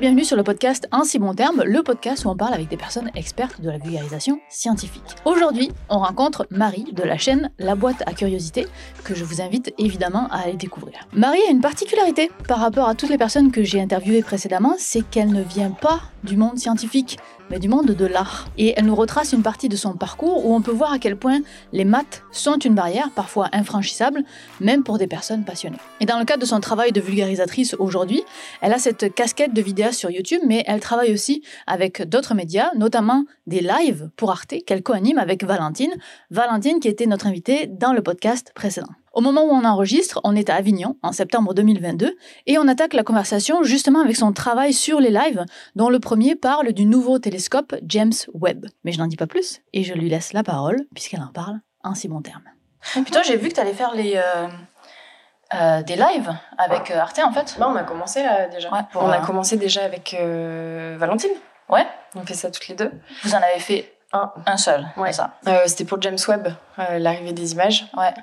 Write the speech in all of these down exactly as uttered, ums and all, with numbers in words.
bienvenue sur le podcast En si bon terme, le podcast où on parle avec des personnes expertes de la vulgarisation scientifique. Aujourd'hui, on rencontre Marie de la chaîne La Boîte à Curiosité, que je vous invite évidemment à aller découvrir. Marie a une particularité par rapport à toutes les personnes que j'ai interviewées précédemment, c'est qu'elle ne vient pas du monde scientifique, mais du monde de l'art. Et elle nous retrace une partie de son parcours où on peut voir à quel point les maths sont une barrière, parfois infranchissable, même pour des personnes passionnées. Et dans le cadre de son travail de vulgarisatrice aujourd'hui, elle a cette casquette de vidéaste sur YouTube, mais elle travaille aussi avec d'autres médias, notamment des lives pour Arte qu'elle co-anime avec Valentine. Valentine qui était notre invitée dans le podcast précédent. Au moment où on enregistre, on est à Avignon, en septembre deux mille vingt-deux, et on attaque la conversation justement avec son travail sur les lives, dont le premier parle du nouveau télescope James Webb. Mais je n'en dis pas plus, et je lui laisse la parole, puisqu'elle en parle en si bon terme. Puis toi, j'ai vu que tu allais faire les, euh, euh, des lives avec euh, Arte, en fait. Bah, on a commencé là, déjà. Ouais, pour, on a euh... commencé déjà avec euh, Valentine. Ouais. On fait ça toutes les deux. Vous en avez fait un, un seul, ouais. C'est ça. Euh, c'était pour James Webb, euh, l'arrivée des images. Ouais.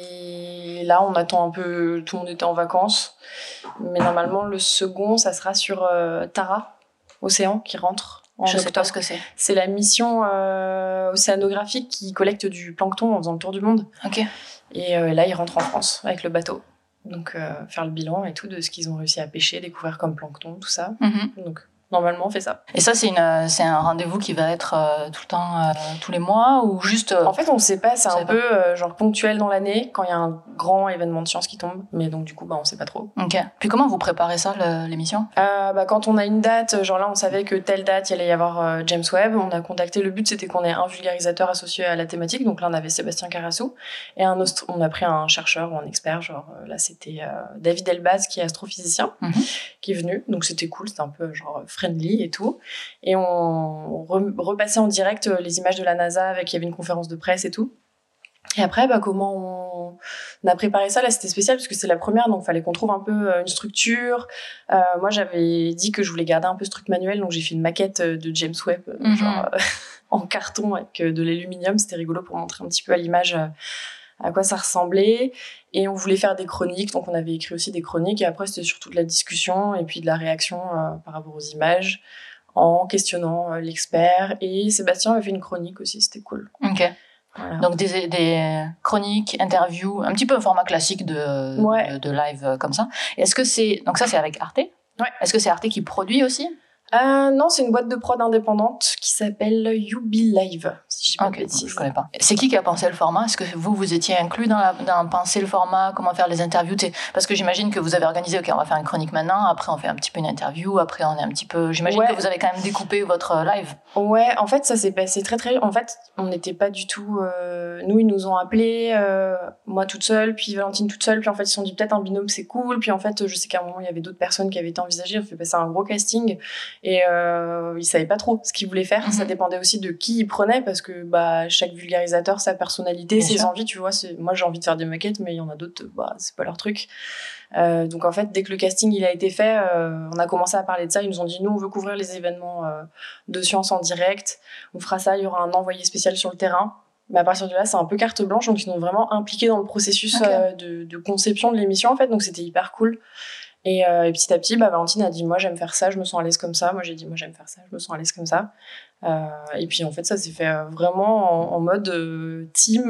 Et là, on attend un peu, tout le monde était en vacances. Mais normalement, le second, ça sera sur euh, Tara, Océan, qui rentre en Je octobre. sais pas ce que c'est. C'est la mission euh, océanographique qui collecte du plancton en faisant le tour du monde. Ok. Et euh, là, ils rentrent en France avec le bateau. Donc, euh, faire le bilan et tout de ce qu'ils ont réussi à pêcher, découvrir comme plancton, tout ça. Mm-hmm. Donc, normalement, on fait ça. Et ça, c'est, une, c'est un rendez-vous qui va être euh, tout le temps, euh, tous les mois ou juste... Euh, en fait, on ne sait pas, c'est un pas. peu euh, genre ponctuel dans l'année, quand il y a un grand événement de science qui tombe. Mais donc, du coup, bah, on ne sait pas trop. Ok. Puis comment vous préparez ça, le, l'émission euh, bah, Quand on a une date, genre là, on savait que telle date, il allait y avoir euh, James Webb. On a contacté, le but, c'était qu'on ait un vulgarisateur associé à la thématique. Donc là, on avait Sébastien Carassou. Et un austro- on a pris un chercheur ou un expert. Genre euh, là, c'était euh, David Elbaz, qui est astrophysicien, mm-hmm. qui est venu. Donc c'était cool, c'était un peu genre friendly et tout. Et on re- repassait en direct les images de la NASA avec, il y avait une conférence de presse et tout. Et après, bah, comment on... on a préparé ça, là, c'était spécial parce que c'est la première, donc il fallait qu'on trouve un peu une structure. Euh, moi, j'avais dit que je voulais garder un peu ce truc manuel, donc j'ai fait une maquette de James Webb, mm-hmm. genre euh, en carton avec de l'aluminium. C'était rigolo pour montrer un petit peu à l'image euh, à quoi ça ressemblait. Et on voulait faire des chroniques, donc on avait écrit aussi des chroniques. Et après, c'était surtout de la discussion et puis de la réaction euh, par rapport aux images, en questionnant euh, l'expert. Et Sébastien avait fait une chronique aussi, c'était cool. Ok. Voilà. Donc des, des chroniques, interviews, un petit peu un format classique de, ouais. de, de live comme ça. Et est-ce que c'est... Donc ça, c'est avec Arte ? Ouais. Est-ce que c'est Arte qui produit aussi ? Euh, non, c'est une boîte de prod indépendante qui s'appelle Youbi Live, si je ne dis pas okay, de bêtises. Je connais pas. C'est qui qui a pensé le format ? Est-ce que vous, vous étiez inclus dans, la, dans penser le format, comment faire les interviews ? Parce que j'imagine que vous avez organisé, ok, on va faire une chronique maintenant, après on fait un petit peu une interview, après on est un petit peu... J'imagine ouais. que vous avez quand même découpé votre live. Ouais, en fait, ça s'est passé très très... En fait, on n'était pas du tout... Euh... Nous, ils nous ont appelés, euh... moi toute seule, puis Valentine toute seule, puis en fait, ils se sont dit peut-être un binôme, c'est cool, puis en fait, je sais qu'à un moment, il y avait d'autres personnes qui avaient été envisagées, on fait passer un gros casting, et... Euh... ils savaient pas trop ce qu'ils voulaient faire. Mm-hmm. Ça dépendait aussi de qui ils prenaient parce que bah chaque vulgarisateur, sa personnalité, Bien ses sûr. envies, tu vois. C'est... Moi, j'ai envie de faire des maquettes, mais il y en a d'autres, bah c'est pas leur truc. Euh, donc en fait, dès que le casting il a été fait, euh, on a commencé à parler de ça. Ils nous ont dit nous, on veut couvrir les événements euh, de science en direct. On fera ça. Il y aura un envoyé spécial sur le terrain. Mais à partir de là, c'est un peu carte blanche. Donc ils nous ont vraiment impliqués dans le processus okay. euh, de, de conception de l'émission en fait. Donc c'était hyper cool. Et, euh, et petit à petit, bah, Valentine a dit moi j'aime faire ça, je me sens à l'aise comme ça. Moi j'ai dit moi j'aime faire ça, je me sens à l'aise comme ça. Euh, et puis en fait ça s'est fait vraiment en, en mode euh, team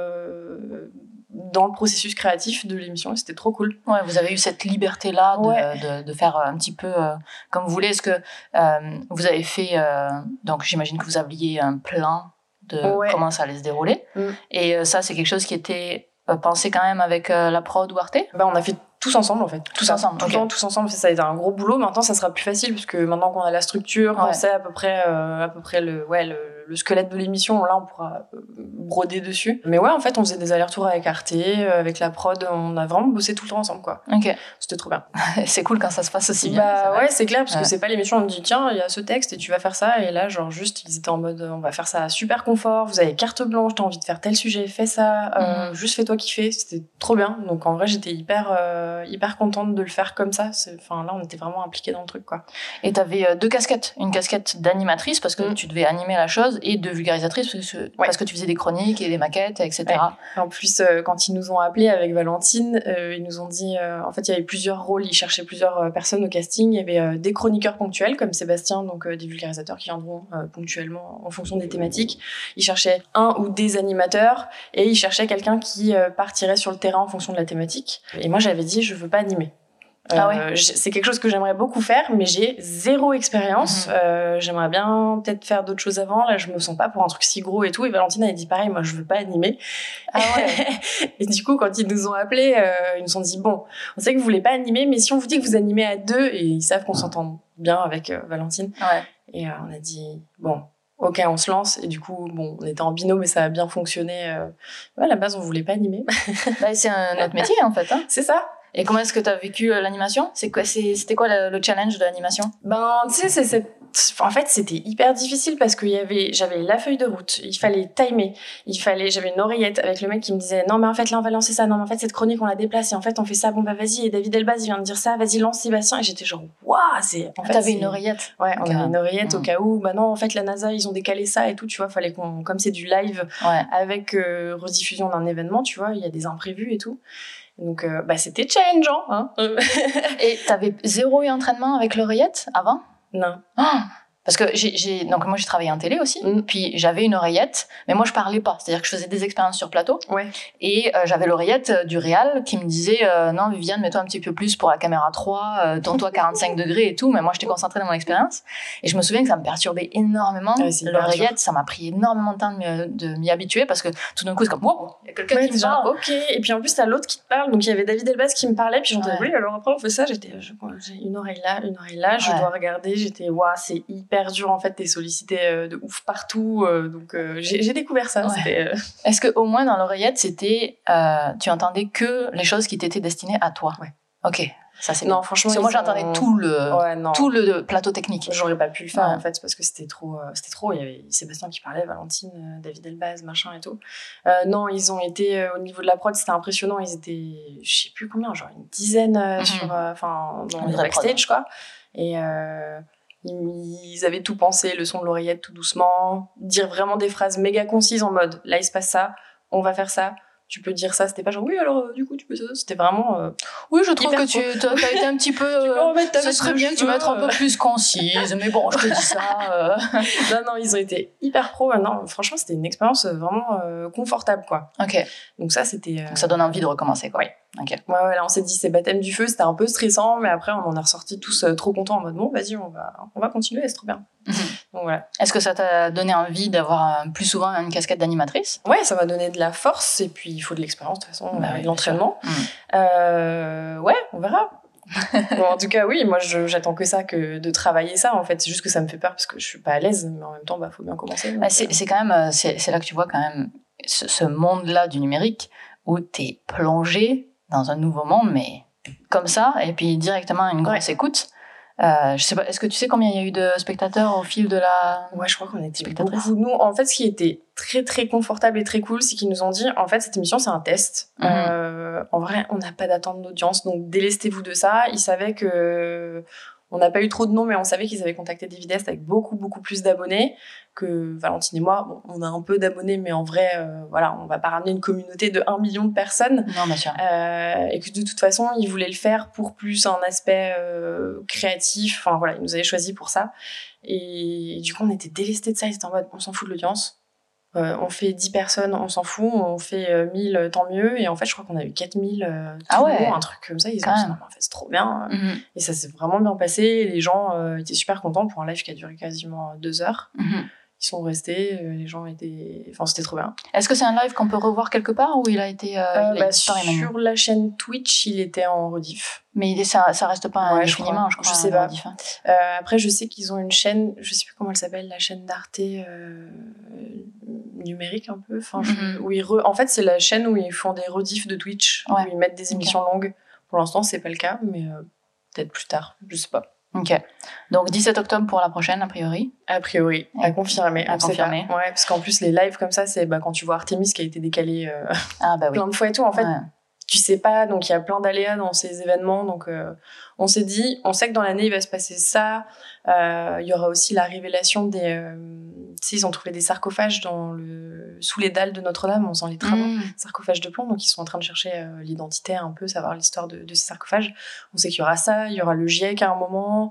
euh, dans le processus créatif de l'émission et c'était trop cool. Ouais, vous avez eu cette liberté là de, ouais. de, de faire un petit peu euh, comme vous voulez. Est-ce que euh, vous avez fait euh, donc j'imagine que vous aviez un plan de ouais. comment ça allait se dérouler mm. et euh, ça c'est quelque chose qui était euh, pensé quand même avec euh, la prod ou Arte ? Bah on a fait tous ensemble en fait, tous ça, ensemble, tout okay. le temps, tous ensemble. Ça a été un gros boulot. Maintenant, ça sera plus facile puisque maintenant qu'on a la structure, qu'on ouais. sait à peu près, euh, à peu près le, ouais, le, le squelette de l'émission, là, on pourra broder dessus. Mais ouais, en fait, on faisait des allers-retours avec Arte, avec la prod. On a vraiment bossé tout le temps ensemble, quoi. Ok. C'était trop bien. C'est cool quand ça se passe aussi bien. Bah c'est ouais, c'est clair parce ouais. que c'est pas l'émission. On me dit tiens, il y a ce texte et tu vas faire ça. Et là, genre juste, ils étaient en mode, on va faire ça à super confort. Vous avez carte blanche, t'as envie de faire tel sujet, fais ça. Euh, mm-hmm. Juste fais-toi kiffer. C'était trop bien. Donc en vrai, j'étais hyper, euh, hyper contente de le faire comme ça. Enfin là, on était vraiment impliqués dans le truc, quoi. Et t'avais deux casquettes, une casquette d'animatrice parce que mmh. tu devais animer la chose choses et de vulgarisatrice parce que, ouais. parce que tu faisais des chroniques et des maquettes, et cetera. Ouais. En plus, euh, quand ils nous ont appelés avec Valentine, euh, ils nous ont dit, euh, en fait, il y avait plusieurs rôles, ils cherchaient plusieurs euh, personnes au casting. Il y avait euh, des chroniqueurs ponctuels comme Sébastien, donc euh, des vulgarisateurs qui viendront euh, ponctuellement en fonction des thématiques. Ils cherchaient un ou des animateurs et ils cherchaient quelqu'un qui euh, partirait sur le terrain en fonction de la thématique. Et moi, j'avais dit, je veux pas animer. Ah ouais. Euh, c'est quelque chose que j'aimerais beaucoup faire, mais j'ai zéro expérience. Mmh. Euh, j'aimerais bien peut-être faire d'autres choses avant. Là, je me sens pas pour un truc si gros et tout. Et Valentine a dit pareil, moi, je veux pas animer. Ah ouais. Et du coup, quand ils nous ont appelés, euh, ils nous ont dit bon, on sait que vous voulez pas animer, mais si on vous dit que vous animez à deux, et ils savent qu'on s'entend bien avec euh, Valentine. Ouais. Et euh, on a dit bon. Ok, on se lance. Et du coup, bon, on était en binôme et ça a bien fonctionné. Euh... Ouais, à la base, on voulait pas animer. Bah, c'est un autre métier, en fait. Hein. C'est ça. Et comment est-ce que tu as vécu euh, l'animation ? C'est quoi, c'est, c'était quoi le, le challenge de l'animation ? Ben, tu sais, c'est cette... En fait, c'était hyper difficile parce qu'il y avait, j'avais la feuille de route, il fallait timer, il fallait, j'avais une oreillette avec le mec qui me disait non mais en fait là on va lancer ça, non mais en fait cette chronique on la déplace et en fait on fait ça, bon bah vas-y et David Elbaz il vient de dire ça, vas-y lance Sébastien et j'étais genre waouh c'est. En ah, fait, t'avais c'est... une oreillette. Ouais, on okay. avait une oreillette mmh. au cas où, bah non en fait la NASA ils ont décalé ça et tout, tu vois, fallait qu'on, comme c'est du live ouais. avec euh, rediffusion d'un événement, tu vois, il y a des imprévus et tout. Donc, euh, bah, c'était challengeant, hein. Et t'avais zéro eu entraînement avec l'oreillette avant ? Non. Oh Parce que j'ai, j'ai, donc moi j'ai travaillé en télé aussi, mm. puis j'avais une oreillette, mais moi je parlais pas, c'est-à-dire que je faisais des expériences sur plateau, ouais. et euh, j'avais l'oreillette euh, du réal qui me disait euh, non Viviane mets-toi un petit peu plus pour la caméra trois, euh, tourne-toi quarante-cinq degrés et tout, mais moi j'étais concentrée dans mon expérience, et je me souviens que ça me perturbait énormément, ouais, l'oreillette, ça m'a pris énormément de temps de m'y, de m'y habituer, parce que tout d'un coup c'est comme wow, il y a quelqu'un ouais, qui me parle. Genre, ok, et puis en plus t'as l'autre qui te parle, donc il y avait David Elbaz qui me parlait, puis j'entendais ouais. oui alors après on fait ça, j'étais, je, j'ai une oreille là, une oreille là, je ouais. dois regarder, j'étais waouh c'est hyper dur en fait, t'es sollicité euh, de ouf partout, euh, donc euh, j'ai, j'ai découvert ça. Ouais. C'était, euh... Est-ce que au moins dans l'oreillette, c'était, euh, tu entendais que les choses qui t'étaient destinées à toi ? Ouais. Ok, ça c'est. Non, bien. franchement. Parce que moi j'entendais ont... tout le, ouais, non. tout le plateau technique. J'aurais pas pu le faire ouais. en fait parce que c'était trop, euh, c'était trop. Il y avait Sébastien qui parlait, Valentine, euh, David Elbaz, machin et tout. Euh, non, ils ont été euh, au niveau de la prod, c'était impressionnant. Ils étaient, je sais plus combien, genre une dizaine euh, mm-hmm. sur, enfin, euh, dans les backstage quoi. Et euh, ils avaient tout pensé, le son de l'oreillette tout doucement, dire vraiment des phrases méga concises en mode là il se passe ça, on va faire ça, tu peux dire ça, c'était pas genre oui alors euh, du coup tu peux ça, c'était vraiment euh, oui je trouve que tu t'as, t'as été un petit peu euh, ce serait bien que tu mettes un peu plus concise mais bon je te dis ça euh... non non ils ont été hyper pro, non franchement c'était une expérience vraiment euh, confortable quoi. Ok, donc ça c'était euh... donc ça donne envie de recommencer quoi. Oui. Ok. Ouais, ouais, là on s'est dit c'est baptême du feu, c'était un peu stressant, mais après on en est ressortis tous euh, trop contents en mode bon vas-y on va on va continuer, c'est trop bien. Mm-hmm. Donc voilà. Est-ce que ça t'a donné envie d'avoir euh, plus souvent une casquette d'animatrice ? Ouais, ça m'a donné de la force et puis il faut de l'expérience de toute façon, bah, euh, oui, de l'entraînement. Mmh. Euh, ouais, on verra. Bon, en tout cas oui, moi je, j'attends que ça, que de travailler ça en fait. C'est juste que ça me fait peur parce que je suis pas à l'aise, mais en même temps bah faut bien commencer. Bah, c'est, c'est quand même c'est, c'est là que tu vois quand même ce, ce monde-là du numérique où t'es plongé dans un nouveau monde, mais comme ça, et puis directement une grosse ouais. écoute. Euh, je sais pas, est-ce que tu sais combien il y a eu de spectateurs au fil de la... Ouais, je crois qu'on était beaucoup. Nous, en fait, ce qui était très, très confortable et très cool, c'est qu'ils nous ont dit, en fait, cette émission, c'est un test. Mm-hmm. Euh, en vrai, on n'a pas d'attente d'audience, donc délestez-vous de ça. Ils savaient que... On n'a pas eu trop de noms, mais on savait qu'ils avaient contacté des vidéastes avec beaucoup, beaucoup plus d'abonnés que Valentine et moi. Bon, on a un peu d'abonnés, mais en vrai, euh, voilà, on va pas ramener une communauté de un million de personnes. Non, bien sûr. Euh, et que de toute façon, ils voulaient le faire pour plus un aspect euh, créatif. Enfin, voilà, ils nous avaient choisi pour ça. Et du coup, on était délestés de ça. Ils étaient en mode, on s'en fout de l'audience. Euh, on fait dix personnes, on s'en fout. On fait euh, mille, tant mieux. Et en fait, je crois qu'on a eu quatre mille euh, tout ah ouais. long, un truc comme ça. Ils ont dit, non, mais en fait, c'est trop bien. Mm-hmm. Et ça s'est vraiment bien passé. Les gens euh, étaient super contents pour un live qui a duré quasiment deux heures. Mm-hmm. Ils sont restés, euh, les gens étaient... Enfin, c'était trop bien. Est-ce que c'est un live qu'on peut revoir quelque part ou il a été... Euh, euh, il a bah, sur même. La chaîne Twitch, il était en rediff. Mais il est, ça, ça reste pas ouais, indéfiniment, je crois. Je sais pas. Rediff, hein. euh, après, je sais qu'ils ont une chaîne, je sais plus comment elle s'appelle, la chaîne d'Arte euh, numérique un peu. Enfin, mm-hmm. je, où ils re... En fait, c'est la chaîne où ils font des rediffs de Twitch, ouais. où ils mettent des émissions okay. longues. Pour l'instant, c'est pas le cas, mais euh, peut-être plus tard, je sais pas. Ok. Donc dix-sept octobre pour la prochaine, a priori. A priori, à confirmer. À confirmer. Ouais, parce qu'en plus les lives comme ça, c'est bah, quand tu vois Artemis qui a été décalé euh, ah, bah oui. plein de fois et tout. En fait, ouais. tu sais pas, donc il y a plein d'aléas dans ces événements. Donc euh, on s'est dit, on sait que dans l'année il va se passer ça. Euh, il y aura aussi la révélation des, euh, tu sais, ils ont trouvé des sarcophages dans le sous les dalles de Notre-Dame en faisant les travaux, mmh. sarcophages de plomb. Donc ils sont en train de chercher euh, l'identité un peu, savoir l'histoire de, de ces sarcophages. On sait qu'il y aura ça, il y aura le GIEC à un moment.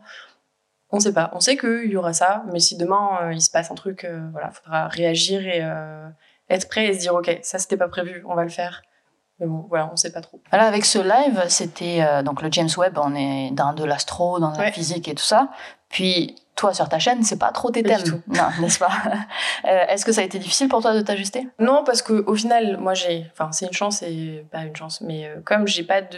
On sait pas. On sait qu'il y aura ça, mais si demain euh, il se passe un truc, euh, voilà, faudra réagir et euh, être prêt et se dire ok, ça c'était pas prévu, on va le faire. Mais bon, voilà, on sait pas trop. Voilà, avec ce live, c'était euh, donc le James Webb, on est dans de l'astro, dans la ouais. physique et tout ça. Puis toi, sur ta chaîne, c'est pas trop tes thèmes, tout. Non, n'est-ce pas? euh, Est-ce que ça a été difficile pour toi de t'ajuster? Non, parce que au final, moi j'ai, enfin c'est une chance et pas une chance, mais euh, comme j'ai pas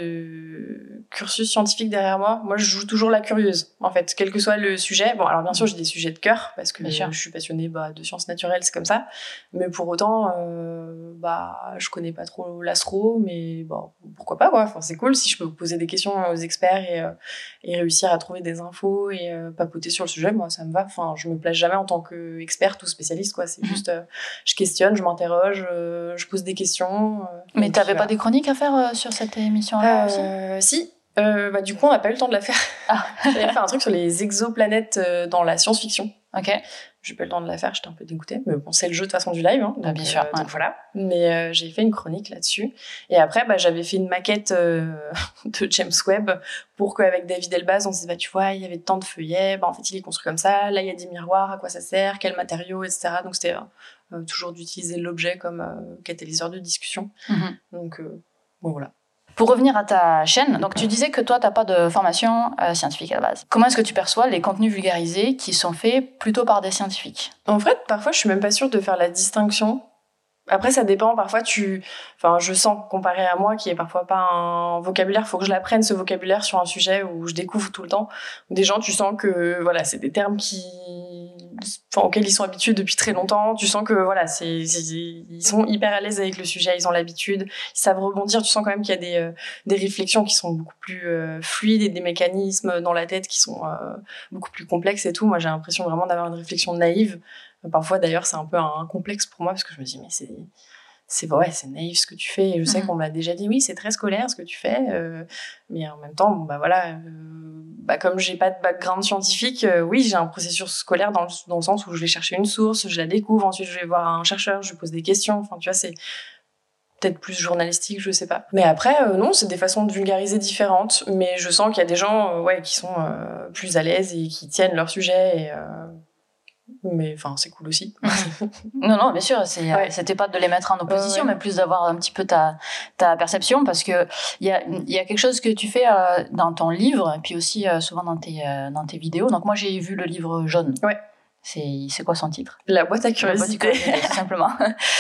de cursus scientifique derrière moi, moi je joue toujours la curieuse. En fait, quel que soit le sujet. Bon, alors bien sûr j'ai des sujets de cœur parce que euh, je suis passionnée bah, de sciences naturelles, c'est comme ça. Mais pour autant, euh, bah je connais pas trop l'astro, mais bon pourquoi pas quoi. Enfin c'est cool si je peux vous poser des questions aux experts et euh, et réussir à trouver des infos et euh, papoter sur le sujet. Moi, ça me va. Enfin, je me place jamais en tant qu'experte ou spécialiste, quoi. C'est mmh. juste, euh, je questionne, je m'interroge, euh, je pose des questions. Euh, Mais t'avais pas des chroniques à faire euh, sur cette émission-là euh, aussi? Si. Euh, bah, du coup, on n'a pas eu le temps de la faire. Ah. J'avais fait un truc sur les exoplanètes euh, dans la science-fiction. Ok. J'ai pas eu le temps de la faire, j'étais un peu dégoûtée. Mais bon, c'est le jeu de toute façon du live. Hein, donc, ah, bien sûr. Euh, ouais. Donc voilà. Mais euh, j'ai fait une chronique là-dessus. Et après, bah, j'avais fait une maquette euh, de James Webb pour qu'avec David Elbaz, on se dise, bah, tu vois, il y avait tant de feuillets. Bah, en fait, il est construit comme ça. Là, il y a des miroirs. À quoi ça sert? Quels matériaux, et cetera. Donc c'était euh, toujours d'utiliser l'objet comme euh, catalyseur de discussion. Mm-hmm. Donc euh, bon, voilà. Pour revenir à ta chaîne, donc tu disais que toi, tu n'as pas de formation euh, scientifique à la base. Comment est-ce que tu perçois les contenus vulgarisés qui sont faits plutôt par des scientifiques? En fait, parfois, je suis même pas sûre de faire la distinction. Après, ça dépend. Parfois, tu... Enfin, je sens, comparé à moi, qui est parfois pas un vocabulaire, faut que je l'apprenne, ce vocabulaire, sur un sujet où je découvre tout le temps. Des gens, tu sens que, voilà, c'est des termes qui... Enfin, auxquels ils sont habitués depuis très longtemps. Tu sens que, voilà, c'est... c'est... ils sont hyper à l'aise avec le sujet, ils ont l'habitude, ils savent rebondir. Tu sens quand même qu'il y a des, euh, des réflexions qui sont beaucoup plus euh, fluides et des mécanismes dans la tête qui sont euh, beaucoup plus complexes et tout. Moi, j'ai l'impression vraiment d'avoir une réflexion naïve. Parfois, d'ailleurs, c'est un peu un complexe pour moi parce que je me dis, mais c'est, c'est, ouais, c'est naïf ce que tu fais. Et je sais mmh. qu'on me l'a déjà dit, oui, c'est très scolaire ce que tu fais. Euh, mais en même temps, bon, bah voilà, euh, bah, comme j'ai pas de background scientifique, euh, oui, j'ai un processus scolaire dans le, dans le sens où je vais chercher une source, je la découvre, ensuite je vais voir un chercheur, je lui pose des questions. Enfin, tu vois, c'est peut-être plus journalistique, je sais pas. Mais après, euh, non, c'est des façons de vulgariser différentes. Mais je sens qu'il y a des gens, euh, ouais, qui sont euh, plus à l'aise et qui tiennent leur sujet et... Euh, mais enfin c'est cool aussi. non non bien sûr, c'est, ouais. c'était pas de les mettre en opposition, euh, ouais. mais plus d'avoir un petit peu ta ta perception, parce que il y a il y a quelque chose que tu fais euh, dans ton livre et puis aussi euh, souvent dans tes euh, dans tes vidéos. Donc moi j'ai vu le livre jaune. Ouais. C'est c'est quoi son titre? La boîte à curiosité. Tout simplement.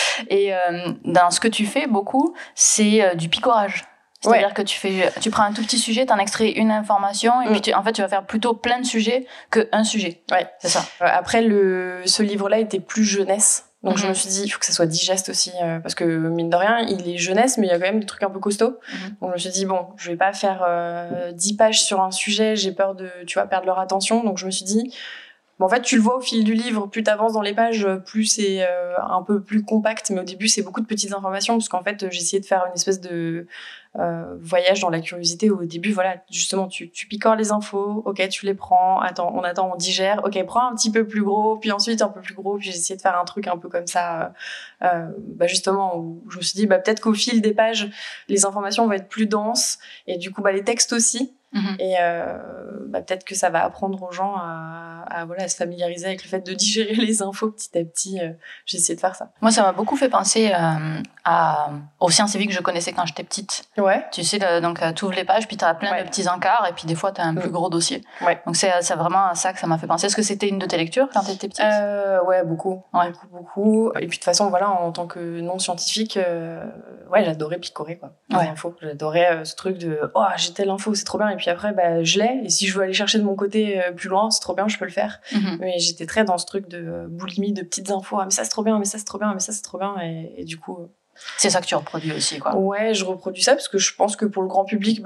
Et euh, dans ce que tu fais beaucoup, c'est euh, du picorage. C'est-à-dire ouais. que tu fais, tu prends un tout petit sujet, t'en extrais une information, et mm. puis tu, en fait, tu vas faire plutôt plein de sujets qu'un sujet. Ouais, c'est ça. Après, le, ce livre-là était plus jeunesse. Donc, mm-hmm. je me suis dit, il faut que ça soit digeste aussi, euh, parce que, mine de rien, il est jeunesse, mais il y a quand même des trucs un peu costauds. Mm-hmm. Donc, je me suis dit, bon, je vais pas faire euh, dix pages sur un sujet, j'ai peur de, tu vois, perdre leur attention. Donc, je me suis dit, bon, en fait, tu le vois au fil du livre, plus t'avances dans les pages, plus c'est euh, un peu plus compact, mais au début, c'est beaucoup de petites informations, parce qu'en fait, j'ai essayé de faire une espèce de euh, voyage dans la curiosité. Au début, voilà, justement, tu, tu picores les infos, ok, tu les prends, attends, on attend, on digère, ok, prends un petit peu plus gros, puis ensuite un peu plus gros, puis j'ai essayé de faire un truc un peu comme ça, euh, bah justement, où je me suis dit, bah peut-être qu'au fil des pages, les informations vont être plus denses, et du coup, bah les textes aussi. Mmh. Et euh, bah, peut-être que ça va apprendre aux gens à, à, voilà, à se familiariser avec le fait de digérer les infos petit à petit. Euh, j'ai essayé de faire ça. Moi, ça m'a beaucoup fait penser euh, à, aux scientifiques que je connaissais quand j'étais petite. Ouais. Tu sais, le, donc tu ouvres les pages, puis tu as plein ouais. de petits encarts, et puis des fois, tu as un mmh. plus gros dossier. Ouais. Donc c'est, c'est vraiment à ça que ça m'a fait penser. Est-ce que c'était une de tes lectures quand tu étais petite? euh, Ouais, beaucoup. Ouais. Beaucoup, beaucoup. Et puis de toute façon, voilà, en tant que non-scientifique, euh, ouais, j'adorais picorer, quoi. Les ouais. infos. J'adorais euh, ce truc de « Oh, j'ai telle info, c'est trop bien ». Et puis après, bah, je l'ai. Et si je veux aller chercher de mon côté euh, plus loin, c'est trop bien, je peux le faire. Mm-hmm. Mais j'étais très dans ce truc de euh, boulimie, de petites infos. Ah, mais ça, c'est trop bien, mais ça, c'est trop bien, mais ça, c'est trop bien. Et, et du coup... Euh... C'est ça que tu reproduis aussi, quoi. Ouais, je reproduis ça parce que je pense que pour le grand public,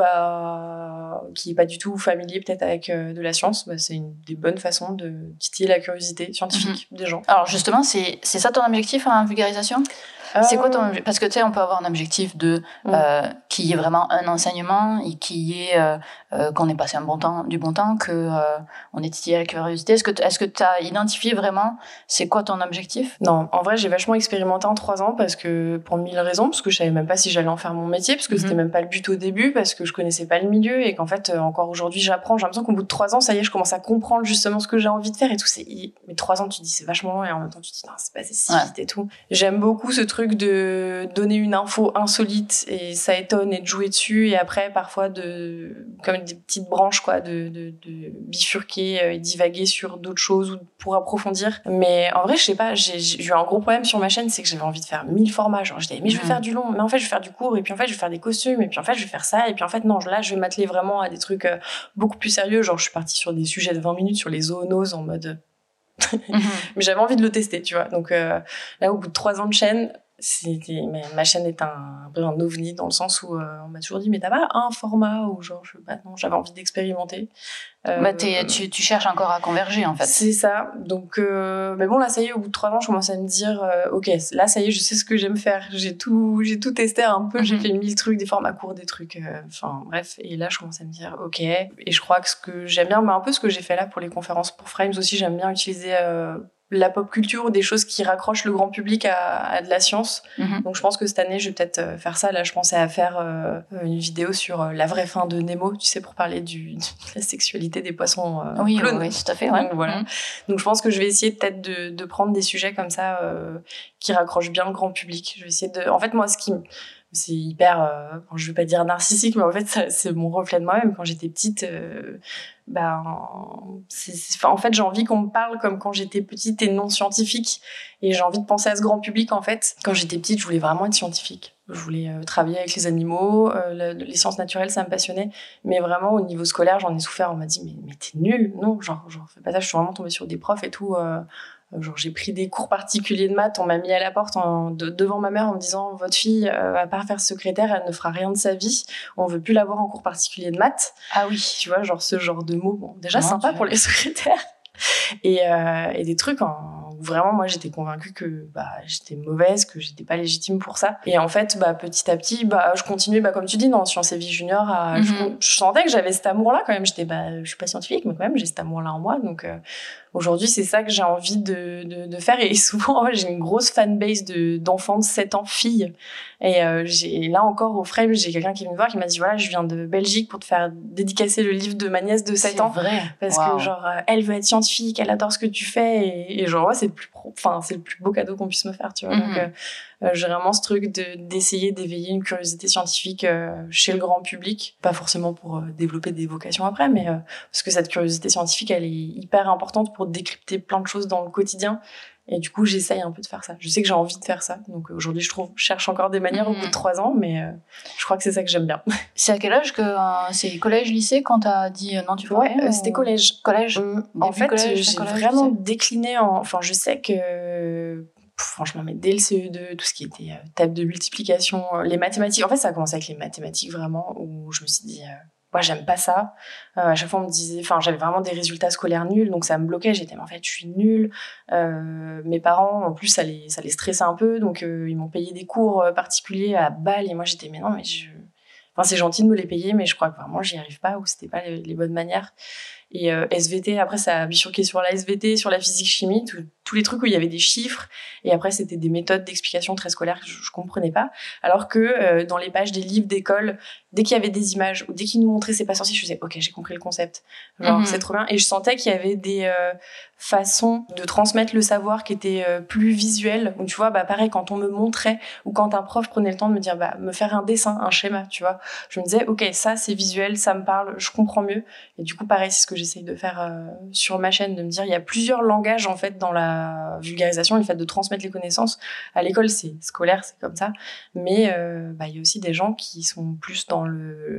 bah, qui est pas du tout familier peut-être avec euh, de la science, bah, c'est une des bonnes façons de titiller la curiosité scientifique mm-hmm. des gens. Alors justement, c'est, c'est ça ton objectif en vulgarisation ? Euh... C'est quoi ton... Parce que tu sais, on peut avoir un objectif de mmh. euh, qu'il y ait vraiment un enseignement et qu'il y ait euh, euh, qu'on ait passé un bon temps, du bon temps, que euh, on ait titillé la curiosité. Est-ce que t- est-ce que tu as identifié vraiment c'est quoi ton objectif? Non, en vrai, j'ai vachement expérimenté en trois ans parce que pour mille raisons, parce que je savais même pas si j'allais en faire mon métier, parce que mm-hmm. c'était même pas le but au début, parce que je connaissais pas le milieu et qu'en fait, euh, encore aujourd'hui, j'apprends. J'ai l'impression qu'au bout de trois ans, ça y est, je commence à comprendre justement ce que j'ai envie de faire et tout. C'est mais trois ans, tu te dis c'est vachement long et en même temps, tu te dis non, c'est passé si vite ouais. et tout. J'aime beaucoup ce truc de donner une info insolite et ça étonne et de jouer dessus et après parfois de comme des petites branches quoi, de, de, de bifurquer et divaguer sur d'autres choses ou pour approfondir. Mais en vrai, je sais pas, j'ai, j'ai eu un gros problème sur ma chaîne, c'est que j'avais envie de faire mille formats. Genre, je disais, mais je vais mmh. faire du long, mais en fait, je vais faire du court, et puis en fait, je vais faire des costumes, et puis en fait, je vais faire ça, et puis en fait, non, là, je vais m'atteler vraiment à des trucs euh, beaucoup plus sérieux. Genre, je suis partie sur des sujets de vingt minutes sur les zoonoses en mode. mmh. Mais j'avais envie de le tester, tu vois. Donc euh, là, au bout de trois ans de chaîne, c'était, mais ma chaîne est un, un peu un ovni dans le sens où euh, on m'a toujours dit, mais t'as pas un format où genre, je, bah non, j'avais envie d'expérimenter. Euh, bah t'es, tu, tu cherches encore à converger en fait. C'est ça. Donc, euh, mais bon là, ça y est, au bout de trois ans, je commence à me dire, euh, ok, là, ça y est, je sais ce que j'aime faire. J'ai tout, j'ai tout testé un peu. Mm-hmm. J'ai fait mille trucs, des formats courts, des trucs, enfin euh, bref. Et là, je commence à me dire, ok. Et je crois que ce que j'aime bien, bah, un peu ce que j'ai fait là pour les conférences pour Frames aussi, j'aime bien utiliser. Euh, la pop culture ou des choses qui raccrochent le grand public à, à de la science. Mm-hmm. Donc je pense que cette année, je vais peut-être faire ça. Là, je pensais à faire euh, une vidéo sur la vraie fin de Nemo, tu sais, pour parler du, de la sexualité des poissons euh, oui, clowns. Oui, tout à fait. Ouais. Donc, voilà. Mm-hmm. Donc je pense que je vais essayer peut-être de, de prendre des sujets comme ça euh, qui raccrochent bien le grand public. Je vais essayer de... En fait, moi, ce qui... c'est hyper... Euh, je vais pas dire narcissique, mais en fait, ça, c'est mon reflet de moi-même. Quand j'étais petite... Euh, ben, c'est, c'est, enfin, en fait, j'ai envie qu'on me parle comme quand j'étais petite et non scientifique. Et j'ai envie de penser à ce grand public, en fait. Quand j'étais petite, je voulais vraiment être scientifique. Je voulais euh, travailler avec les animaux, euh, le, les sciences naturelles, ça me passionnait. Mais vraiment, au niveau scolaire, j'en ai souffert. On m'a dit, mais, mais t'es nulle. Non, genre, genre, fais pas ça. Je suis vraiment tombée sur des profs et tout. Euh, Genre, j'ai pris des cours particuliers de maths, on m'a mis à la porte en, de, devant ma mère en me disant, votre fille, euh, à part faire secrétaire, elle ne fera rien de sa vie, on veut plus la voir en cours particulier de maths. Ah oui. Tu vois, genre ce genre de mots, bon, déjà non, sympa tu... pour les secrétaires. Et, euh, et des trucs en, où vraiment, moi, j'étais convaincue que bah, j'étais mauvaise, que j'étais pas légitime pour ça. Et en fait, bah, petit à petit, bah, je continuais, bah, comme tu dis, dans Sciences et Vie Junior, à, mm-hmm. je, je sentais que j'avais cet amour-là quand même. J'étais, bah, je suis pas scientifique, mais quand même, j'ai cet amour-là en moi. Donc, euh, aujourd'hui, c'est ça que j'ai envie de, de, de faire. Et souvent, ouais, j'ai une grosse fanbase de, d'enfants de sept ans, filles. Et euh, j'ai, là encore, au Frame, j'ai quelqu'un qui vient me voir, qui m'a dit, voilà, je viens de Belgique pour te faire dédicacer le livre de ma nièce de sept c'est ans. Vrai. Parce wow. que, genre, euh, elle veut être scientifique, elle adore ce que tu fais. Et, et genre, ouais, c'est le plus pro, enfin, c'est le plus beau cadeau qu'on puisse me faire, tu vois. Mm-hmm. Donc, euh, euh, j'ai vraiment ce truc de, d'essayer d'éveiller une curiosité scientifique euh, chez le grand public. Pas forcément pour euh, développer des vocations après, mais euh, parce que cette curiosité scientifique, elle est hyper importante pour décrypter plein de choses dans le quotidien. Et du coup, j'essaye un peu de faire ça. Je sais que j'ai envie de faire ça. Donc aujourd'hui, je trouve, je cherche encore des manières mmh. au bout de trois ans, mais euh, je crois que c'est ça que j'aime bien. C'est à quel âge que euh, c'est collège, lycée quand t'as dit euh, non, tu ferais Ouais, euh, ou... c'était collège. Collège. Mmh. En fait, collège, j'ai collège, vraiment décliné en. Enfin, je sais que. Franchement, mais dès le C E deux, tout ce qui était euh, table de multiplication, euh, les mathématiques. En fait, ça a commencé avec les mathématiques vraiment, où je me suis dit. Euh, moi, j'aime pas ça. Euh, à chaque fois, on me disait, enfin, j'avais vraiment des résultats scolaires nuls, donc ça me bloquait. J'étais, mais en fait, je suis nulle. Euh, mes parents, en plus, ça les, ça les stressait un peu, donc euh, ils m'ont payé des cours particuliers à Bâle, et moi, j'étais, mais non, mais je, enfin, c'est gentil de me les payer, mais je crois que vraiment, j'y arrive pas, ou c'était pas les, les bonnes manières. Et euh, S V T, après, ça a bifurqué sur la S V T, sur la physique-chimie, tout, tous les trucs où il y avait des chiffres. Et après, c'était des méthodes d'explication très scolaires que je, je comprenais pas. Alors que euh, dans les pages des livres d'école, dès qu'il y avait des images, ou dès qu'ils nous montraient c'est pas sorcier, je faisais, ok, j'ai compris le concept. Genre, mm-hmm. c'est trop bien. Et je sentais qu'il y avait des euh, façons de transmettre le savoir qui étaient euh, plus visuelles. Où tu vois, bah, pareil, quand on me montrait, ou quand un prof prenait le temps de me dire, bah, me faire un dessin, un schéma, tu vois. Je me disais, ok, ça, c'est visuel, ça me parle, je comprends mieux. Et du coup, pareil, c'est ce que j'essaye de faire euh, sur ma chaîne, de me dire il y a plusieurs langages en fait dans la vulgarisation, le fait de transmettre les connaissances. À l'école, c'est scolaire, c'est comme ça, mais euh, bah, il y a aussi des gens qui sont plus dans le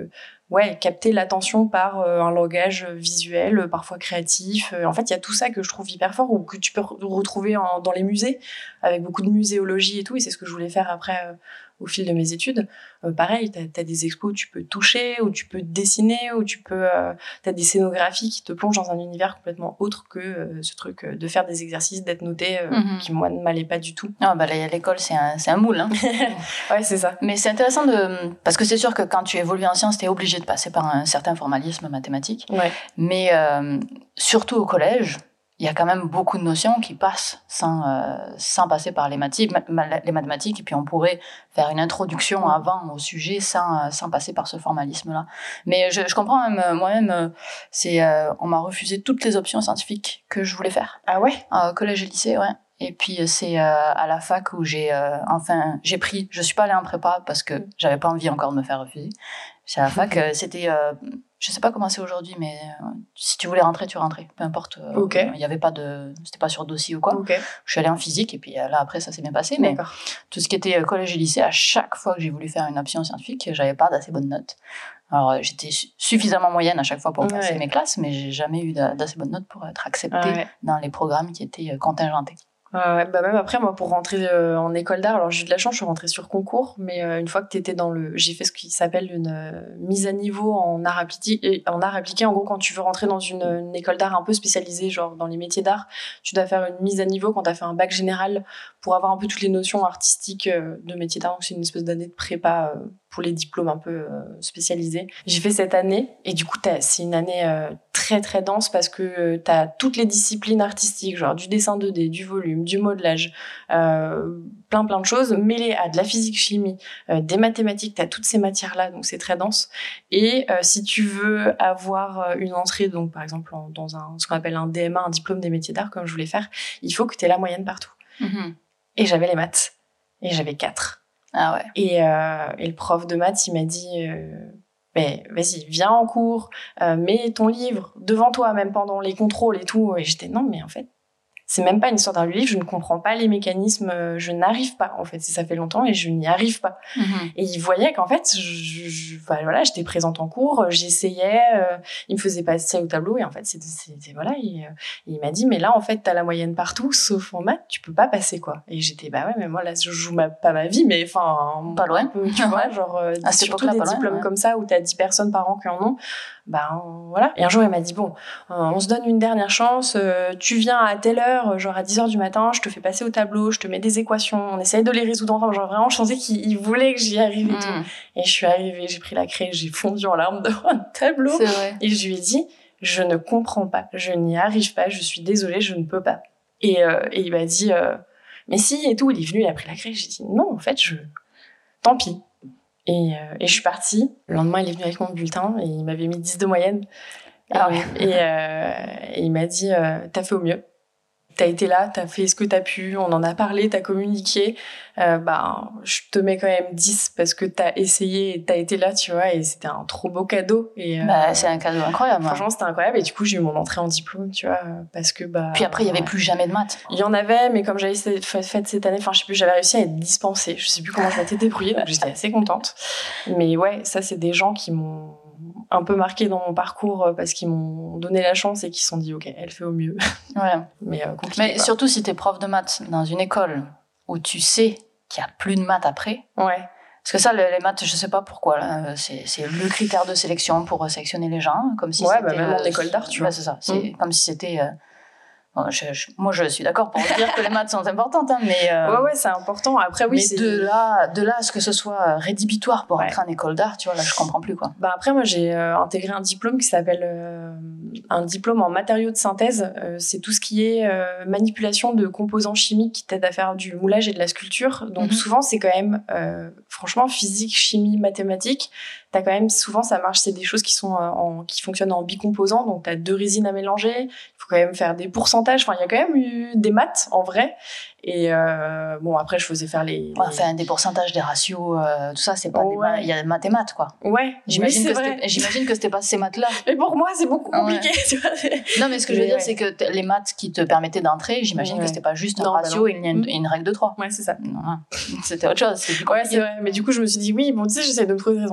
ouais, capter l'attention par euh, un langage visuel, euh, parfois créatif. Euh, en fait, il y a tout ça que je trouve hyper fort, ou que tu peux re- retrouver en, dans les musées, avec beaucoup de muséologie et tout, et c'est ce que je voulais faire après euh, au fil de mes études. Euh, pareil, t'as, t'as des expos où tu peux toucher, où tu peux dessiner, où tu peux... Euh, t'as des scénographies qui te plongent dans un univers complètement autre que euh, ce truc euh, de faire des exercices, d'être noté, euh, mm-hmm. qui, moi, ne m'allait pas du tout. Ah, bah, l'école, c'est un, c'est un moule. Hein. Ouais, c'est ça. Mais c'est intéressant de... Parce que c'est sûr que quand tu évolues en sciences, t'es obligé de passer par un certain formalisme mathématique. Ouais. Mais euh, surtout au collège, il y a quand même beaucoup de notions qui passent sans, euh, sans passer par les, mathé- les mathématiques. Et puis on pourrait faire une introduction avant au sujet sans, sans passer par ce formalisme-là. Mais je, je comprends même, moi-même, c'est, euh, on m'a refusé toutes les options scientifiques que je voulais faire. Ah ouais ? euh, Collège et lycée, ouais. Et puis c'est euh, à la fac où j'ai euh, enfin j'ai pris, je suis pas allée en prépa parce que j'avais pas envie encore de me faire refuser. C'est à la fac, euh, c'était, euh, je sais pas comment c'est aujourd'hui, mais euh, si tu voulais rentrer, tu rentrais, peu importe. Il euh, okay. y avait pas de, c'était pas sur dossier ou quoi. Okay. Je suis allée en physique et puis euh, là après ça s'est bien passé. Mais D'accord. tout ce qui était collège et lycée, à chaque fois que j'ai voulu faire une option scientifique, j'avais pas d'assez bonnes notes. Alors j'étais su- suffisamment moyenne à chaque fois pour passer ouais. mes classes, mais j'ai jamais eu d'a- d'assez bonnes notes pour être acceptée ouais. dans les programmes qui étaient contingentés. Ouais, bah même après, moi, pour rentrer euh, en école d'art, alors j'ai eu de la chance, je suis rentrée sur concours, mais euh, une fois que t'étais dans le... J'ai fait ce qui s'appelle une euh, mise à niveau en art appliqué. En art appliqué, en gros, quand tu veux rentrer dans une, une école d'art un peu spécialisée, genre dans les métiers d'art, tu dois faire une mise à niveau quand t'as fait un bac général pour avoir un peu toutes les notions artistiques euh, de métier d'art. Donc c'est une espèce d'année de prépa euh, pour les diplômes un peu euh, spécialisés. J'ai fait cette année, et du coup, t'as, c'est une année euh, très très dense parce que euh, t'as toutes les disciplines artistiques, genre du dessin deux D, du volume, du modelage, euh, plein plein de choses, mêlées à de la physique-chimie, euh, des mathématiques, t'as toutes ces matières-là, donc c'est très dense. Et euh, si tu veux avoir une entrée, donc par exemple en, dans un, ce qu'on appelle un D M A, un diplôme des métiers d'art, comme je voulais faire, il faut que t'aies la moyenne partout. Mm-hmm. Et j'avais les maths, et j'avais quatre. Ah ouais. Et, euh, et le prof de maths, il m'a dit... Euh, mais vas-y, viens en cours, euh, mets ton livre devant toi, même pendant les contrôles et tout. Et j'étais, non, mais en fait, c'est même pas une histoire d'un livre, je ne comprends pas les mécanismes, je n'arrive pas, en fait. Ça fait longtemps et je n'y arrive pas. Mm-hmm. Et il voyait qu'en fait, je, je, voilà, j'étais présente en cours, j'essayais, euh, il me faisait passer au tableau et en fait, c'était, c'était voilà. Et, euh, il m'a dit, mais là, en fait, t'as la moyenne partout, sauf en maths, tu peux pas passer, quoi. Et j'étais, bah ouais, mais moi, là, je joue ma, pas ma vie, mais enfin. Pas loin. Peu, tu vois, genre, euh, à surtout des diplômes loin, ouais. comme ça où t'as dix personnes par an qui en ont. Bah voilà. Et un jour, il m'a dit, bon, euh, on se donne une dernière chance, euh, tu viens à telle heure, genre à dix heures du matin, je te fais passer au tableau, je te mets des équations, on essaye de les résoudre ensemble. Genre vraiment, je sentais qu'il voulait que j'y arrive et mmh. tout. Et je suis arrivée, j'ai pris la craie, j'ai fondu en larmes devant un tableau. C'est vrai. Et je lui ai dit, je ne comprends pas, je n'y arrive pas, je suis désolée, je ne peux pas. Et, euh, et il m'a dit, euh, mais si, et tout. Il est venu, il a pris la craie. J'ai dit, non, en fait, je... tant pis. Et, euh, et je suis partie. Le lendemain, il est venu avec mon bulletin et il m'avait mis dix de moyenne. Ah ouais. Et, euh, et il m'a dit, euh, t'as fait au mieux. T'as été là, t'as fait ce que t'as pu, on en a parlé, t'as communiqué. Euh, bah, je te mets quand même dix parce que t'as essayé et t'as été là, tu vois, et c'était un trop beau cadeau. Et, euh, bah, c'est un cadeau incroyable. Franchement, c'était incroyable. Et du coup, j'ai eu mon entrée en diplôme, tu vois, parce que, bah. Puis après, il y avait ouais. plus jamais de maths. Il y en avait, mais comme j'avais fait cette année, enfin, je sais plus, j'avais réussi à être dispensée. Je sais plus comment je m'étais débrouillée, donc j'étais assez contente. Mais ouais, ça, c'est des gens qui m'ont un peu marqué dans mon parcours parce qu'ils m'ont donné la chance et qui se sont dit, ok, elle fait au mieux. Ouais. Mais, euh, compliqué, mais quoi. Surtout si t'es prof de maths dans une école où tu sais qu'il y a plus de maths après. Ouais. Parce que ça, les, les maths, je sais pas pourquoi, là, c'est, c'est le critère de sélection pour sélectionner les gens, comme si ouais, c'était... bah, même euh, en école d'art, tu bah, vois. c'est ça, c'est mmh. comme si c'était... Euh, bon, je, je, moi, je suis d'accord pour dire que les maths sont importantes, hein, mais... Euh, ouais, ouais, c'est important. Après, oui, mais c'est... de là, de là à ce que ce soit rédhibitoire pour ouais. entrer en école d'art, tu vois, là, je comprends plus, quoi. Bah après, moi, j'ai euh, intégré un diplôme qui s'appelle euh, un diplôme en matériaux de synthèse. Euh, c'est tout ce qui est euh, manipulation de composants chimiques qui t'aident à faire du moulage et de la sculpture. Donc, mm-hmm. souvent, c'est quand même, euh, franchement, physique, chimie, mathématiques. T'as quand même, souvent, ça marche, c'est des choses qui sont en, qui fonctionnent en bicomposants. Donc, t'as deux résines à mélanger. Il faut quand même faire des pourcentages. Enfin, il y a quand même eu des maths, en vrai. Et euh, bon, après, je faisais faire les... les... Ouais, enfin, des pourcentages, des ratios, euh, tout ça, c'est pas oh, des ouais. maths. Il y a des maths et maths, quoi. Ouais, j'imagine, oui, que c'est c'était, j'imagine que c'était pas ces maths-là. Mais pour moi, c'est beaucoup compliqué, ouais. tu vois. Non, mais ce que je veux mais dire, ouais. c'est que t- les maths qui te permettaient d'entrer, j'imagine ouais. que c'était pas juste un non, ratio bah et une, une, une règle de trois. Ouais, c'est ça. Non, c'était autre chose, c'est plus compliqué. Ouais, c'est vrai. Mais du coup, je me suis dit, oui, bon, tu sais, j'essaie de me trouver des raisons. C'est vrai qu'ils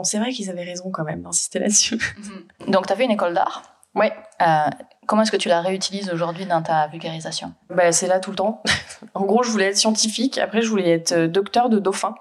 ils avaient raison quand même d'insister là-dessus. Donc, tu as fait une école d'art. Ouais. Euh, comment est-ce que tu la réutilises aujourd'hui dans ta vulgarisation? Bah, c'est là tout le temps. En gros, je voulais être scientifique. Après, je voulais être docteur de dauphins.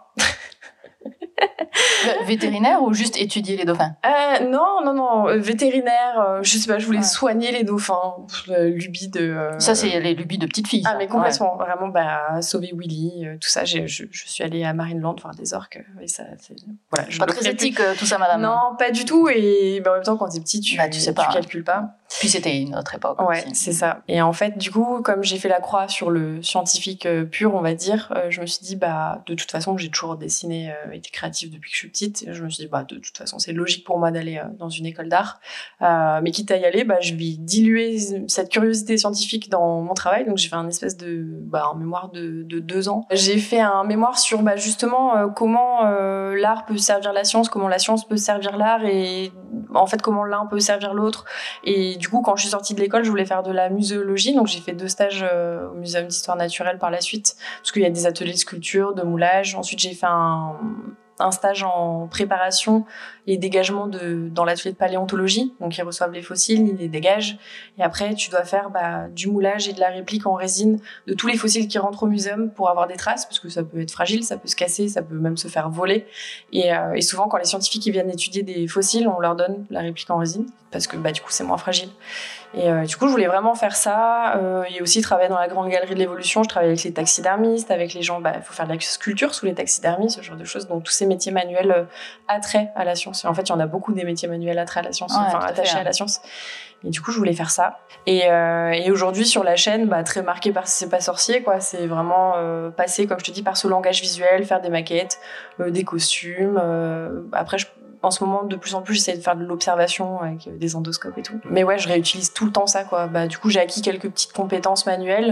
Vétérinaire ou juste étudier les dauphins? euh, Non, non, non. Vétérinaire, euh, je sais pas, je voulais ouais. soigner les dauphins. Euh, lubie de... Euh... Ça, c'est les lubies de petites filles. Ah, mais complètement. Ouais. Vraiment, bah, sauver Willy, euh, tout ça. J'ai, je, je suis allée à Marineland voir des orques. Et ça, c'est... Voilà, je pas très éthique, plus. Tout ça, madame. Non, pas du tout. Et bah, en même temps, quand t'es petit, tu, bah, tu, sais pas, tu calcules pas. Puis c'était une autre époque. Ouais, aussi. C'est ça. Et en fait, du coup, comme j'ai fait la croix sur le scientifique euh, pur, on va dire, euh, je me suis dit, bah, de toute façon, j'ai toujours dessiné, euh, été créative depuis que je suis petite. Et je me suis dit, bah, de toute façon, c'est logique pour moi d'aller euh, dans une école d'art. Euh, mais quitte à y aller, bah, je vais diluer cette curiosité scientifique dans mon travail. Donc, j'ai fait un espèce de, bah, un mémoire de, de deux ans. J'ai fait un mémoire sur, bah, justement, euh, comment euh, l'art peut servir la science, comment la science peut servir l'art et, en fait, comment l'un peut servir l'autre. Et du coup, quand je suis sortie de l'école, je voulais faire de la muséologie. Donc, j'ai fait deux stages euh, au Muséum d'histoire naturelle par la suite. Parce qu'il y a des ateliers de sculpture, de moulage. Ensuite, j'ai fait un, un stage en préparation et dégagement de, dans l'atelier de paléontologie. Donc, ils reçoivent les fossiles, ils les dégagent. Et après, tu dois faire bah, du moulage et de la réplique en résine de tous les fossiles qui rentrent au muséum pour avoir des traces. Parce que ça peut être fragile, ça peut se casser, ça peut même se faire voler. Et, euh, et souvent, quand les scientifiques ils viennent étudier des fossiles, on leur donne la réplique en résine. Parce que bah, du coup, c'est moins fragile. Et euh, du coup, je voulais vraiment faire ça. Euh, et aussi travailler dans la grande galerie de l'évolution. Je travaille avec les taxidermistes, avec les gens. Bah, il faut faire de la sculpture sous les taxidermies, ce genre de choses. Donc tous ces métiers manuels euh, attraits à la science. Et en fait, il y en a beaucoup des métiers manuels attraits à la science, ouais, enfin attachés à, à la science. Et du coup, je voulais faire ça. Et, euh, et aujourd'hui, sur la chaîne, bah, très marquée par C'est pas sorcier, quoi. C'est vraiment euh, passer, comme je te dis, par ce langage visuel, faire des maquettes, euh, des costumes. Euh, après, je En ce moment, de plus en plus, j'essaie de faire de l'observation avec des endoscopes et tout. Mais ouais, je réutilise tout le temps ça, quoi. Bah, du coup, j'ai acquis quelques petites compétences manuelles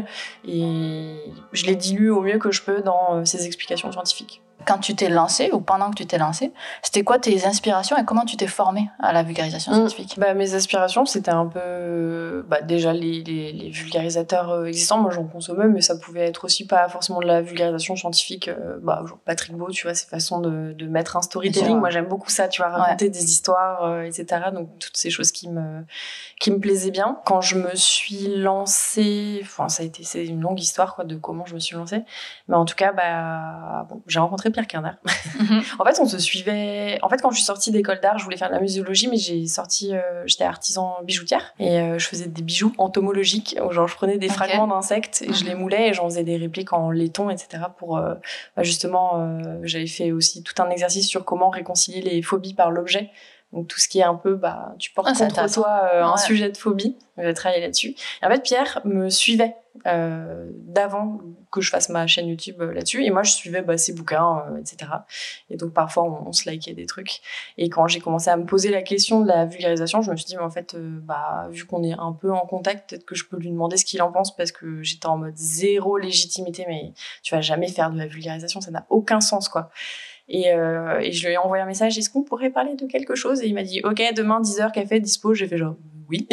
et je les dilue au mieux que je peux dans ces explications scientifiques. Quand tu t'es lancée ou pendant que tu t'es lancée, c'était quoi tes inspirations et comment tu t'es formée à la vulgarisation scientifique? Mmh. Bah, mes inspirations, c'était un peu bah, déjà les, les, les vulgarisateurs existants. Moi, j'en consommais, mais ça pouvait être aussi pas forcément de la vulgarisation scientifique. Euh, bah, genre Patrick Beau, tu vois, ses façons de, de mettre un storytelling. Sûr, moi, j'aime beaucoup ça, tu vois, raconter ouais. des histoires, euh, et cetera. Donc, toutes ces choses qui me, qui me plaisaient bien. Quand je me suis lancée, enfin, ça a été, c'est une longue histoire, quoi, de comment je me suis lancée. Mais en tout cas, bah, bon, j'ai rencontré Pierre Quintard. Mm-hmm. En fait, on se suivait. En fait, quand je suis sortie d'école d'art, je voulais faire de la muséologie, mais j'ai sorti, euh, j'étais artisan bijoutière et euh, je faisais des bijoux entomologiques. Genre, je prenais des okay. fragments d'insectes et mm-hmm. je les moulais et j'en faisais des répliques en laiton, et cetera. Pour euh, bah, justement, euh, j'avais fait aussi tout un exercice sur comment réconcilier les phobies par l'objet. Donc tout ce qui est un peu, bah, tu portes ah, contre toi euh, un ouais. sujet de phobie. J'ai travaillé là-dessus. Et en fait, Pierre me suivait euh, d'avant que je fasse ma chaîne YouTube euh, là-dessus. Et moi, je suivais bah, ses bouquins, euh, et cetera. Et donc parfois, on, on se likait des trucs. Et quand j'ai commencé à me poser la question de la vulgarisation, je me suis dit, mais en fait, euh, bah, vu qu'on est un peu en contact, peut-être que je peux lui demander ce qu'il en pense parce que j'étais en mode zéro légitimité. Mais tu vas jamais faire de la vulgarisation, ça n'a aucun sens, quoi. Et, euh, et je lui ai envoyé un message, est-ce qu'on pourrait parler de quelque chose? Et il m'a dit, ok, demain, dix heures, café, dispo. J'ai fait genre, oui.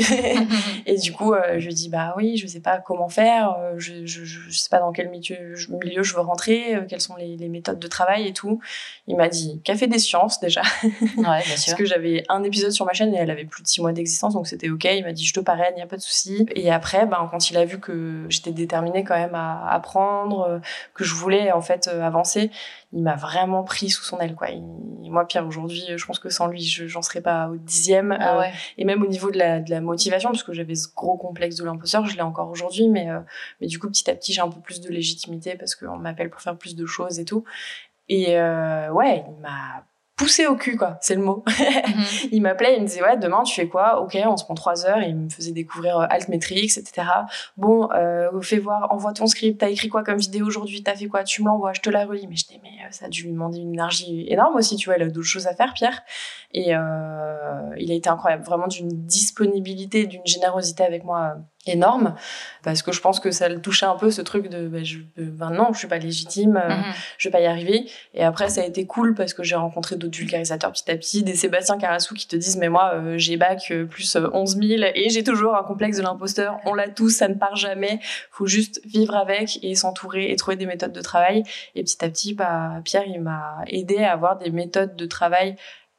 Et du coup, euh, je lui ai dit, bah oui, je sais pas comment faire, je, je, je sais pas dans quel milieu je, milieu je veux rentrer, euh, quelles sont les, les méthodes de travail et tout. Il m'a dit, café des sciences, déjà. Ouais, bien sûr. Parce que j'avais un épisode sur ma chaîne et elle avait plus de six mois d'existence, donc c'était ok. Il m'a dit, je te parraine, y a pas de souci. Et après, ben, quand il a vu que j'étais déterminée quand même à apprendre, que je voulais, en fait, avancer, il m'a vraiment pris sous son aile, quoi. Il, moi, Pierre, aujourd'hui, je pense que sans lui, je, j'en serais pas au dixième. Ah ouais. euh, et même au niveau de la, de la motivation, parce que j'avais ce gros complexe de l'imposteur, je l'ai encore aujourd'hui, mais, euh, mais du coup, petit à petit, j'ai un peu plus de légitimité parce qu'on m'appelle pour faire plus de choses et tout. Et euh, ouais, il m'a poussé au cul, quoi, c'est le mot. Mm-hmm. Il m'appelait, il me disait, ouais, demain, tu fais quoi? Ok, on se prend trois heures, et il me faisait découvrir euh, Altmetrix, et cetera. Bon, euh, fais voir, envoie ton script, t'as écrit quoi comme vidéo aujourd'hui, t'as fait quoi? Tu me l'envoies, je te la relis. Mais je dis, mais euh, ça a dû lui demander une énergie énorme aussi, tu vois, il a d'autres choses à faire, Pierre. Et euh, il a été incroyable, vraiment d'une disponibilité, d'une générosité avec moi énorme, parce que je pense que ça le touchait un peu, ce truc de bah, je, ben non, je suis pas légitime, euh, mm-hmm. je vais pas y arriver. Et après, ça a été cool parce que j'ai rencontré d'autres vulgarisateurs petit à petit, des Sébastien Carassou qui te disent, mais moi, euh, j'ai bac euh, plus euh, onze mille et j'ai toujours un complexe de l'imposteur. On l'a tous, ça ne part jamais. Faut juste vivre avec et s'entourer et trouver des méthodes de travail. Et petit à petit, bah, Pierre, il m'a aidé à avoir des méthodes de travail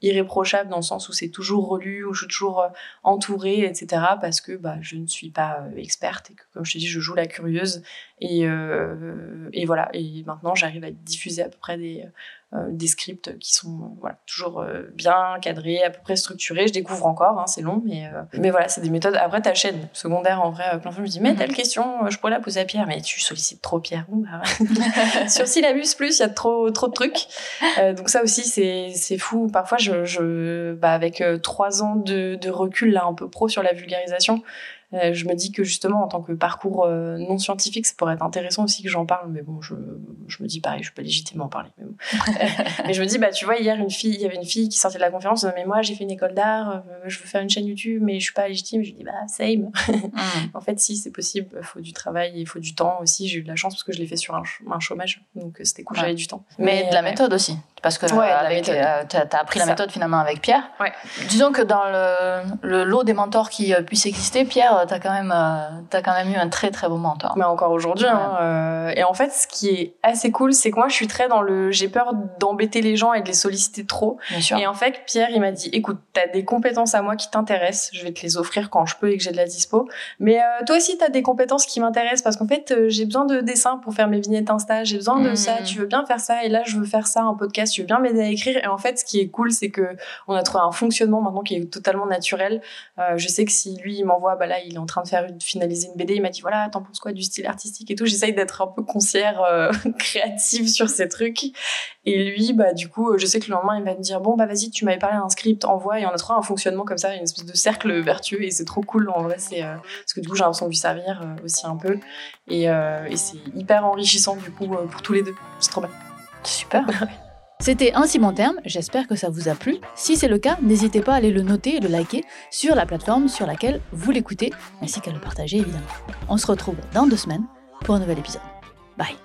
irréprochable dans le sens où c'est toujours relu, où je suis toujours euh, entourée, et cetera. Parce que bah, je ne suis pas euh, experte et que, comme je te dis, je joue la curieuse. Et, euh, et voilà. Et maintenant, j'arrive à diffuser à peu près des, euh, des scripts qui sont voilà, toujours euh, bien cadrés, à peu près structurés. Je découvre encore, hein, c'est long, mais, euh, mais voilà, c'est des méthodes. Après, ta chaîne secondaire, en vrai, plein de fois, je me dis, mais telle question, je pourrais la poser à Pierre, mais tu sollicites trop Pierre. Bon, bah, ouais. Sur Syllabus Plus, il y a trop, trop de trucs. Euh, donc ça aussi, c'est, c'est fou. Parfois, je, je, bah, avec euh, trois ans de, de recul, là, un peu pro sur la vulgarisation, euh, je me dis que justement, en tant que parcours euh, non scientifique, ça pourrait être intéressant aussi que j'en parle. Mais bon, je, je me dis pareil, je peux légitimement en parler. Mais, bon. mais je me dis, bah, tu vois, hier, une fille, il y avait une fille qui sortait de la conférence, mais moi, j'ai fait une école d'art, euh, je veux faire une chaîne YouTube, mais je suis pas légitime. Je lui dis, bah, same. mm. En fait, si, c'est possible. Il faut du travail, il faut du temps aussi. J'ai eu de la chance parce que je l'ai fait sur un, un chômage. Donc, c'était cool, ouais. J'avais du temps. Mais, mais de la ouais. méthode aussi. Parce que ouais, euh, avec, euh, t'as, t'as appris la méthode finalement avec Pierre. Ouais. Disons que dans le, le lot des mentors qui euh, puissent exister, Pierre, t'as quand même, euh, t'as quand même eu un très très beau mentor. Mais encore aujourd'hui. Ouais. Hein, euh, et en fait, ce qui est assez cool, c'est que moi, je suis très dans le, j'ai peur d'embêter les gens et de les solliciter trop. Bien sûr. Et en fait, Pierre, il m'a dit, écoute, t'as des compétences à moi qui t'intéressent, je vais te les offrir quand je peux et que j'ai de la dispo. Mais euh, toi aussi, t'as des compétences qui m'intéressent parce qu'en fait, euh, j'ai besoin de dessins pour faire mes vignettes Insta, j'ai besoin de mmh. ça. Tu veux bien faire ça et là, je veux faire ça en podcast. Tu veux bien m'aider à écrire. Et en fait, ce qui est cool, c'est que on a trouvé un fonctionnement maintenant qui est totalement naturel. Euh, je sais que si lui, il m'envoie, bah là, il est en train de faire une, finaliser une B D, il m'a dit, voilà, t'en penses quoi du style artistique et tout. J'essaye d'être un peu conseillère euh, créative sur ces trucs. Et lui, bah, du coup, je sais que le lendemain, il va me dire, bon, bah, vas-y, tu m'avais parlé d'un script, envoie. Et on a trouvé un fonctionnement comme ça, une espèce de cercle vertueux. Et c'est trop cool. En vrai, c'est, euh, parce que du coup, j'ai l'impression de lui servir euh, aussi un peu. Et, euh, et c'est hyper enrichissant, du coup, euh, pour tous les deux. C'est trop bien. Super. C'était Ainsi Bon Terme, j'espère que ça vous a plu. Si c'est le cas, n'hésitez pas à aller le noter et le liker sur la plateforme sur laquelle vous l'écoutez, ainsi qu'à le partager évidemment. On se retrouve dans deux semaines pour un nouvel épisode. Bye.